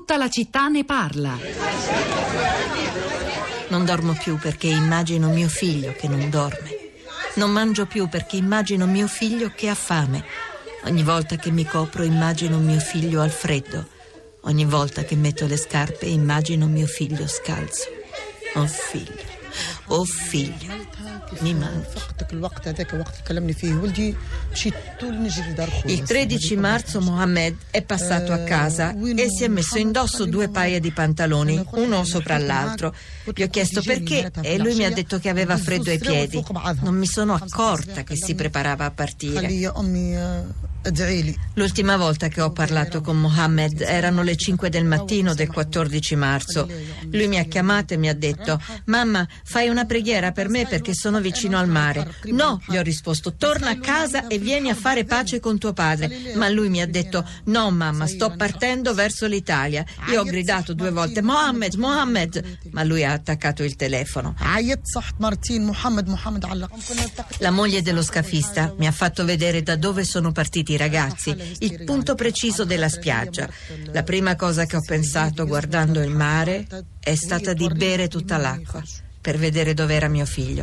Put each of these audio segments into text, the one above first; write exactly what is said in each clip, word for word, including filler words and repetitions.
Tutta la città ne parla. Non dormo più perché immagino mio figlio che non dorme. Non mangio più perché immagino mio figlio che ha fame. Ogni volta che mi copro immagino mio figlio al freddo. Ogni volta che metto le scarpe immagino mio figlio scalzo. Oh figlio, oh figlio, mi manchi. Il tredici marzo Mohammed è passato a casa e si è messo indosso due paia di pantaloni, uno sopra l'altro. Gli ho chiesto perché e lui mi ha detto che aveva freddo ai piedi. Non mi sono accorta che si preparava a partire. L'ultima volta che ho parlato con Mohammed erano le cinque del mattino del quattordici marzo. Lui mi ha chiamato e mi ha detto: mamma, fai una preghiera per me perché sono vicino al mare. No, gli ho risposto, torna a casa e vieni a fare pace con tuo padre. Ma lui mi ha detto: no mamma, sto partendo verso l'Italia. Io ho gridato due volte: Mohammed, Mohammed, ma lui ha attaccato il telefono. La moglie dello scafista mi ha fatto vedere da dove sono partiti i ragazzi, il punto preciso della spiaggia. La prima cosa che ho pensato guardando il mare è stata di bere tutta l'acqua per vedere dove era mio figlio.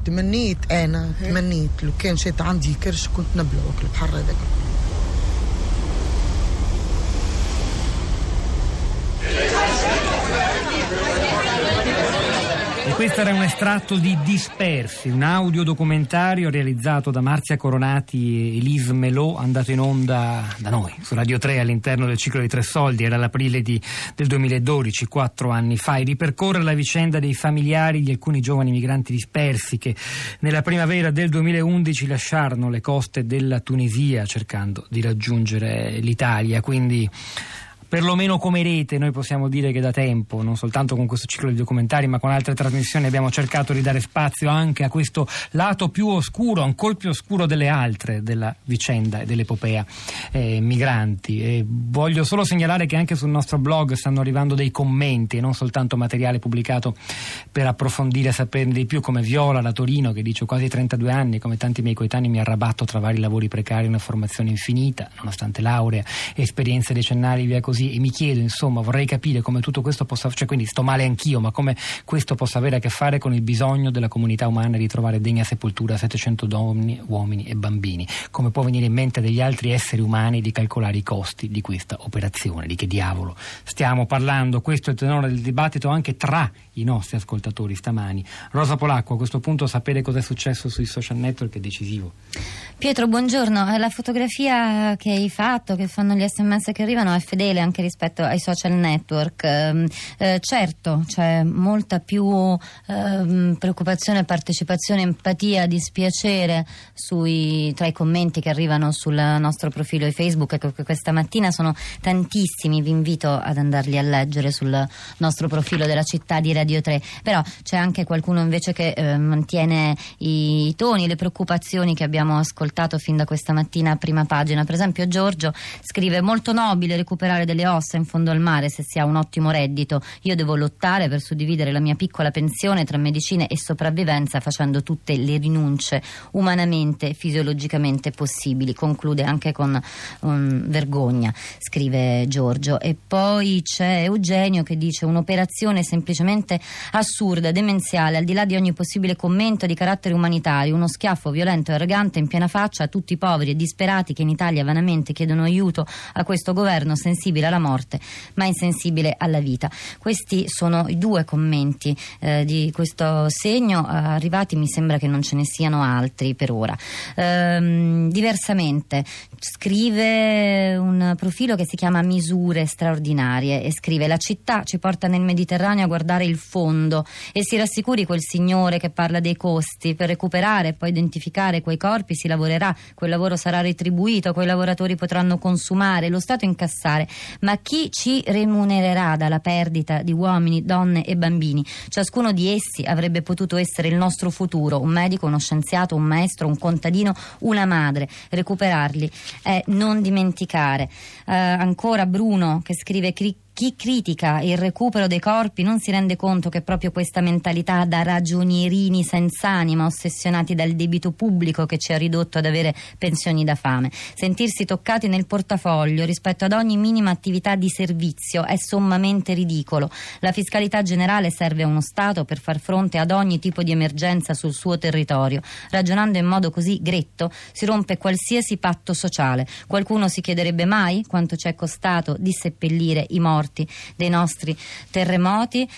E questo era un estratto di Dispersi, un audiodocumentario realizzato da Marzia Coronati e Elise Melò, andato in onda da noi su Radio tre all'interno del ciclo di Tre Soldi. Era l'aprile di, del duemiladodici, quattro anni fa, e ripercorre la vicenda dei familiari di alcuni giovani migranti dispersi che nella primavera del duemilaundici lasciarono le coste della Tunisia cercando di raggiungere l'Italia. Quindi perlomeno come rete noi possiamo dire che da tempo, non soltanto con questo ciclo di documentari ma con altre trasmissioni, abbiamo cercato di dare spazio anche a questo lato più oscuro, ancora più oscuro delle altre, della vicenda e dell'epopea eh, migranti. E voglio solo segnalare che anche sul nostro blog stanno arrivando dei commenti e non soltanto materiale pubblicato per approfondire e saperne di più, come Viola da Torino che dice: quasi trentadue anni, come tanti miei coetanei mi arrabatto tra vari lavori precari e una formazione infinita, nonostante laurea, esperienze decennali via così. E mi chiedo, insomma, vorrei capire come tutto questo possa, cioè quindi sto male anch'io, ma come questo possa avere a che fare con il bisogno della comunità umana di trovare degna sepoltura a settecento donne, uomini e bambini. Come può venire in mente degli altri esseri umani di calcolare i costi di questa operazione? Di che diavolo stiamo parlando? Questo è il tenore del dibattito anche tra i nostri ascoltatori stamani. Rosa Polacco, a questo punto sapere cosa è successo sui social network è decisivo. Pietro, buongiorno. La fotografia che hai fatto, che fanno gli sms che arrivano, è fedele anche rispetto ai social network. Eh, eh, certo, c'è molta più eh, preoccupazione, partecipazione, empatia, dispiacere sui, tra i commenti che arrivano sul nostro profilo di Facebook, ecco, che questa mattina sono tantissimi. Vi invito ad andarli a leggere sul nostro profilo della città di Radio tre. Però c'è anche qualcuno invece che eh, mantiene i toni, le preoccupazioni che abbiamo ascoltato fin da questa mattina a prima pagina. Per esempio Giorgio scrive: molto nobile recuperare delle ossa in fondo al mare se si ha un ottimo reddito. Io devo lottare per suddividere la mia piccola pensione tra medicine e sopravvivenza facendo tutte le rinunce umanamente, fisiologicamente possibili. Conclude anche con um, vergogna, scrive Giorgio. E poi c'è Eugenio che dice: un'operazione semplicemente assurda, demenziale, al di là di ogni possibile commento di carattere umanitario, uno schiaffo violento e arrogante in piena faccia a tutti i poveri e disperati che in Italia vanamente chiedono aiuto a questo governo sensibile alla morte ma insensibile alla vita. Questi sono i due commenti eh, di questo segno eh, arrivati. Mi sembra che non ce ne siano altri per ora. Ehm, diversamente scrive un profilo che si chiama Misure Straordinarie e scrive: la città ci porta nel Mediterraneo a guardare il fondo e si rassicuri quel signore che parla dei costi. Per recuperare e poi identificare quei corpi si lavorerà, quel lavoro sarà retribuito, quei lavoratori potranno consumare, lo Stato incassare, ma chi ci remunererà dalla perdita di uomini, donne e bambini? Ciascuno di essi avrebbe potuto essere il nostro futuro, un medico, uno scienziato, un maestro, un contadino, una madre. Recuperarli è non dimenticare. Eh, ancora Bruno che scrive: Chi critica il recupero dei corpi non si rende conto che proprio questa mentalità da ragionierini senza anima, ossessionati dal debito pubblico, che ci ha ridotto ad avere pensioni da fame. Sentirsi toccati nel portafoglio rispetto ad ogni minima attività di servizio è sommamente ridicolo. La fiscalità generale serve a uno Stato per far fronte ad ogni tipo di emergenza sul suo territorio. Ragionando in modo così gretto si rompe qualsiasi patto sociale. Qualcuno si chiederebbe mai quanto ci è costato di seppellire i morti dei nostri terremoti?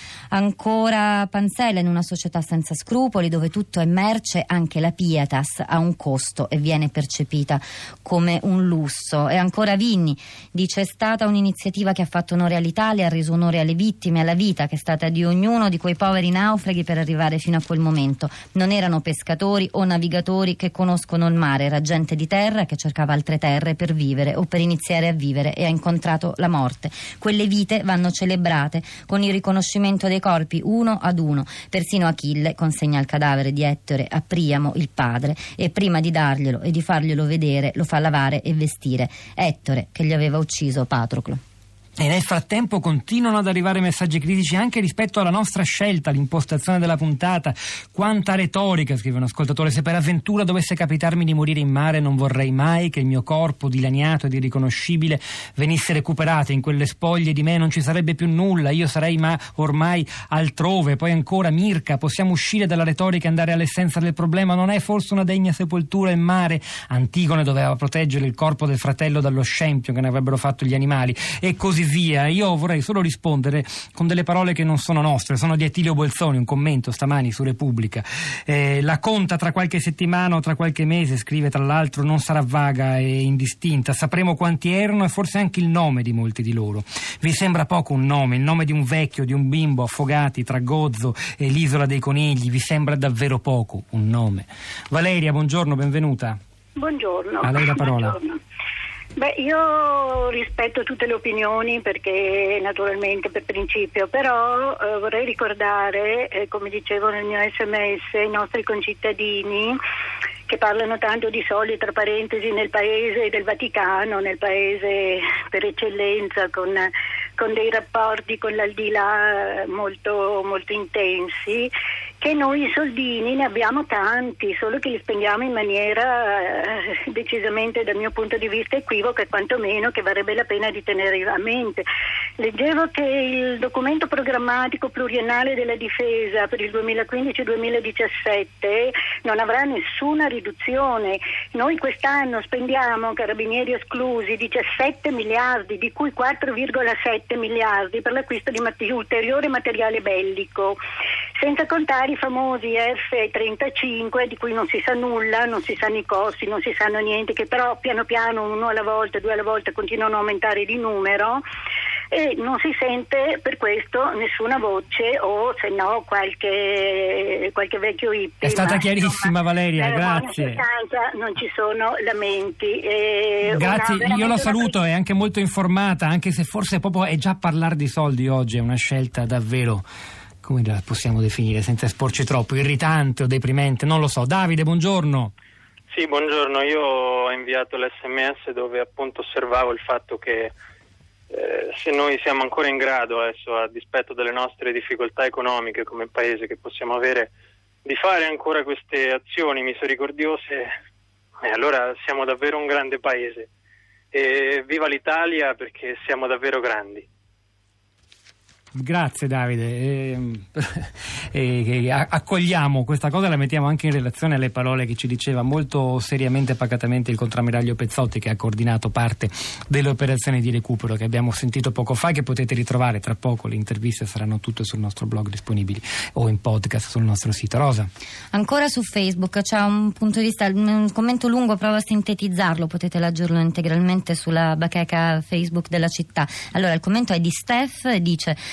Ancora Panzella: in una società senza scrupoli dove tutto è merce, anche la pietas ha un costo e viene percepita come un lusso. E ancora Vinni dice: è stata un'iniziativa che ha fatto onore all'Italia, ha reso onore alle vittime, alla vita che è stata di ognuno di quei poveri naufraghi per arrivare fino a quel momento. Non erano pescatori o navigatori che conoscono il mare, era gente di terra che cercava altre terre per vivere o per iniziare a vivere e ha incontrato la morte. Quelle vite vanno celebrate con il riconoscimento dei corpi uno ad uno. Persino Achille consegna il cadavere di Ettore a Priamo, il padre, e prima di darglielo e di farglielo vedere lo fa lavare e vestire. Ettore che gli aveva ucciso Patroclo. E nel frattempo continuano ad arrivare messaggi critici anche rispetto alla nostra scelta, l'impostazione della puntata. Quanta retorica, scrive un ascoltatore: se per avventura dovesse capitarmi di morire in mare non vorrei mai che il mio corpo dilaniato ed irriconoscibile venisse recuperato. In quelle spoglie di me non ci sarebbe più nulla, io sarei ma ormai altrove. Poi ancora Mirka: possiamo uscire dalla retorica e andare all'essenza del problema, non è forse una degna sepoltura il mare? Antigone doveva proteggere il corpo del fratello dallo scempio che ne avrebbero fatto gli animali, e così via. Io vorrei solo rispondere con delle parole che non sono nostre, sono di Attilio Bolzoni, un commento stamani su Repubblica. Eh, la conta tra qualche settimana o tra qualche mese, scrive tra l'altro, non sarà vaga e indistinta, sapremo quanti erano e forse anche il nome di molti di loro. Vi sembra poco un nome, il nome di un vecchio, di un bimbo affogati tra Gozzo e l'isola dei conigli? Vi sembra davvero poco un nome? Valeria, buongiorno, benvenuta. Buongiorno. A lei la parola. Buongiorno. Beh, io rispetto tutte le opinioni perché naturalmente per principio, però eh, vorrei ricordare, eh, come dicevo nel mio sms, i nostri concittadini che parlano tanto di soldi, tra parentesi, nel paese del Vaticano, nel paese per eccellenza, con, con dei rapporti con l'aldilà molto, molto intensi, che noi i soldini ne abbiamo tanti, solo che li spendiamo in maniera eh, decisamente, dal mio punto di vista, equivoca, e quantomeno che varrebbe la pena di tenere a mente. Leggevo che il documento programmatico pluriennale della difesa per il duemilaquindici duemiladiciassette non avrà nessuna riduzione. Noi quest'anno spendiamo, carabinieri esclusi, diciassette miliardi, di cui quattro virgola sette miliardi per l'acquisto di mat- ulteriore materiale bellico, senza contare i famosi F trentacinque di cui non si sa nulla, non si sanno i costi, non si sanno niente, che però piano piano, uno alla volta, due alla volta, continuano a aumentare di numero, e non si sente per questo nessuna voce, o se no qualche, qualche vecchio hippie. È stata ma, chiarissima, insomma, Valeria, grazie. Non ci sono lamenti. Eh, grazie, una, io la una... saluto, è anche molto informata, anche se forse proprio è già parlare di soldi oggi è una scelta davvero, come la possiamo definire senza esporci troppo, irritante o deprimente, non lo so. Davide, buongiorno. Sì, buongiorno, io ho inviato l'sms dove appunto osservavo il fatto che eh, se noi siamo ancora in grado, adesso a dispetto delle nostre difficoltà economiche come paese che possiamo avere, di fare ancora queste azioni misericordiose, eh, allora siamo davvero un grande paese. E viva l'Italia, perché siamo davvero grandi. Grazie Davide, e, e, e, accogliamo questa cosa e la mettiamo anche in relazione alle parole che ci diceva molto seriamente e pacatamente il contrammiraglio Pezzotti, che ha coordinato parte delle operazioni di recupero che abbiamo sentito poco fa, che potete ritrovare tra poco. Le interviste saranno tutte sul nostro blog disponibili o in podcast sul nostro sito. Rosa. Ancora su Facebook c'è un punto di vista, un commento lungo, provo a sintetizzarlo, potete leggerlo integralmente sulla bacheca Facebook della città. Allora, il commento è di Steph e dice: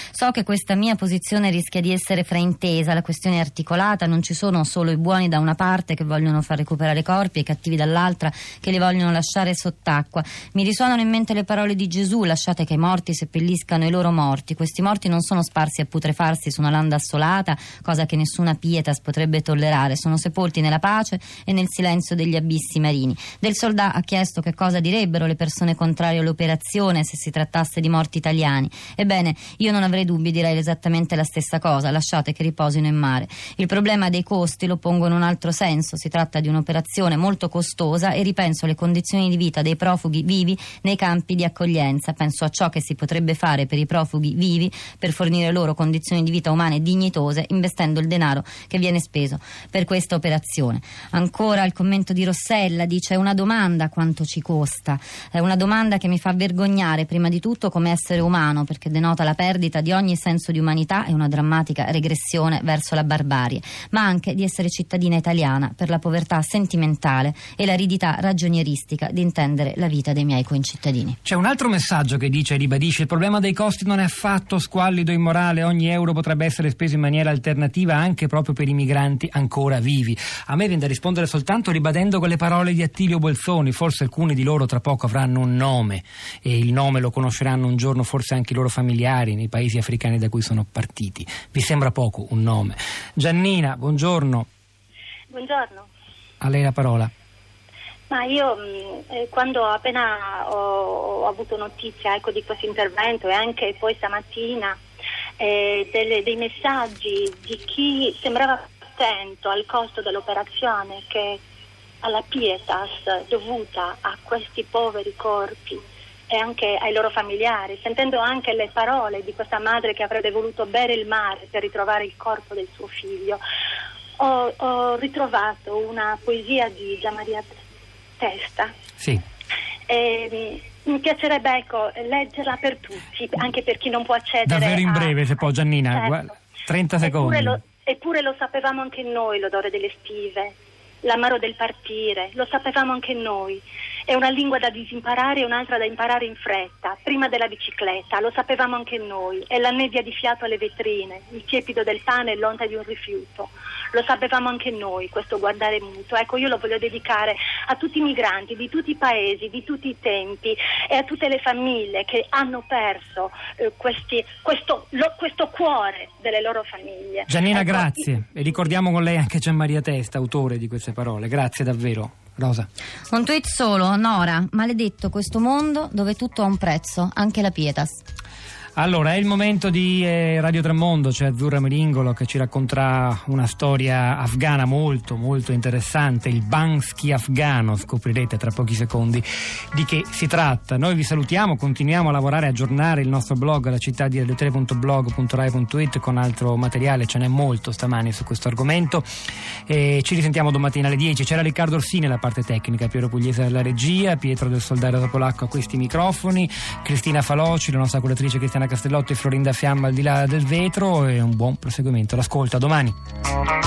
So che questa mia posizione rischia di essere fraintesa, la questione è articolata, non ci sono solo i buoni da una parte che vogliono far recuperare i corpi e i cattivi dall'altra che li vogliono lasciare sott'acqua. Mi risuonano in mente le parole di Gesù: lasciate che i morti seppelliscano i loro morti. Questi morti non sono sparsi a putrefarsi su una landa assolata, cosa che nessuna pietas potrebbe tollerare, sono sepolti nella pace e nel silenzio degli abissi marini. Del Soldà ha chiesto che cosa direbbero le persone contrarie all'operazione se si trattasse di morti italiani. Ebbene, io non avrei dubbi, direi esattamente la stessa cosa: lasciate che riposino in mare. Il problema dei costi lo pongo in un altro senso: si tratta di un'operazione molto costosa e ripenso alle condizioni di vita dei profughi vivi nei campi di accoglienza, penso a ciò che si potrebbe fare per i profughi vivi per fornire loro condizioni di vita umane dignitose, investendo il denaro che viene speso per questa operazione. Ancora il commento di Rossella, dice: è una domanda quanto ci costa, è una domanda che mi fa vergognare prima di tutto come essere umano, perché denota la perdita di ogni senso di umanità e una drammatica regressione verso la barbarie, ma anche di essere cittadina italiana per la povertà sentimentale e l'aridità ragionieristica di intendere la vita dei miei concittadini. C'è un altro messaggio che dice e ribadisce: il problema dei costi non è affatto squallido e immorale, ogni euro potrebbe essere speso in maniera alternativa anche proprio per i migranti ancora vivi. A me viene da rispondere soltanto ribadendo quelle parole di Attilio Bolzoni: forse alcuni di loro tra poco avranno un nome e il nome lo conosceranno un giorno forse anche i loro familiari nei paesi africani da cui sono partiti. Vi sembra poco un nome? Giannina, buongiorno. Buongiorno. A lei la parola. Ma io eh, quando appena ho, ho avuto notizia ecco, di questo intervento e anche poi stamattina eh, delle, dei messaggi di chi sembrava attento al costo dell'operazione, che alla pietas dovuta a questi poveri corpi e anche ai loro familiari, sentendo anche le parole di questa madre che avrebbe voluto bere il mare per ritrovare il corpo del suo figlio, ho, ho ritrovato una poesia di Gianmaria Testa. Sì. E, mi piacerebbe ecco, leggerla per tutti, anche per chi non può accedere. Davvero in breve, a... se può, Giannina, certo. Guarda, trenta secondi. Eppure lo, eppure lo sapevamo anche noi l'odore delle stive, l'amaro del partire, lo sapevamo anche noi. È una lingua da disimparare e un'altra da imparare in fretta, prima della bicicletta, lo sapevamo anche noi. È la nebbia di fiato alle vetrine, il tiepido del pane e l'onta di un rifiuto. Lo sapevamo anche noi, questo guardare muto. Ecco, io lo voglio dedicare a tutti i migranti di tutti i paesi, di tutti i tempi e a tutte le famiglie che hanno perso eh, questi, questo, lo, questo cuore delle loro famiglie. Giannina, ecco, grazie. E ricordiamo con lei anche Gianmaria Testa, autore di queste parole. Grazie davvero. Rosa. Un tweet solo, Nora: maledetto questo mondo dove tutto ha un prezzo, anche la pietas. Allora, è il momento di eh, Radio Tremondo, c'è Azzurra Meringolo che ci racconterà una storia afghana molto molto interessante, il Bansky afghano. Scoprirete tra pochi secondi di che si tratta. Noi vi salutiamo, continuiamo a lavorare e aggiornare il nostro blog, la città di radio tre punto blog punto rai punto it, con altro materiale, ce n'è molto stamani su questo argomento. E ci risentiamo domattina alle dieci. C'era Riccardo Orsini alla parte tecnica, Piero Pugliese alla regia, Pietro del Soldà Polacco a questi microfoni, Cristina Faloci, la nostra curatrice Cristiana Castellotti e Florinda Fiamma al di là del vetro, e un buon proseguimento. L'ascolto, a domani.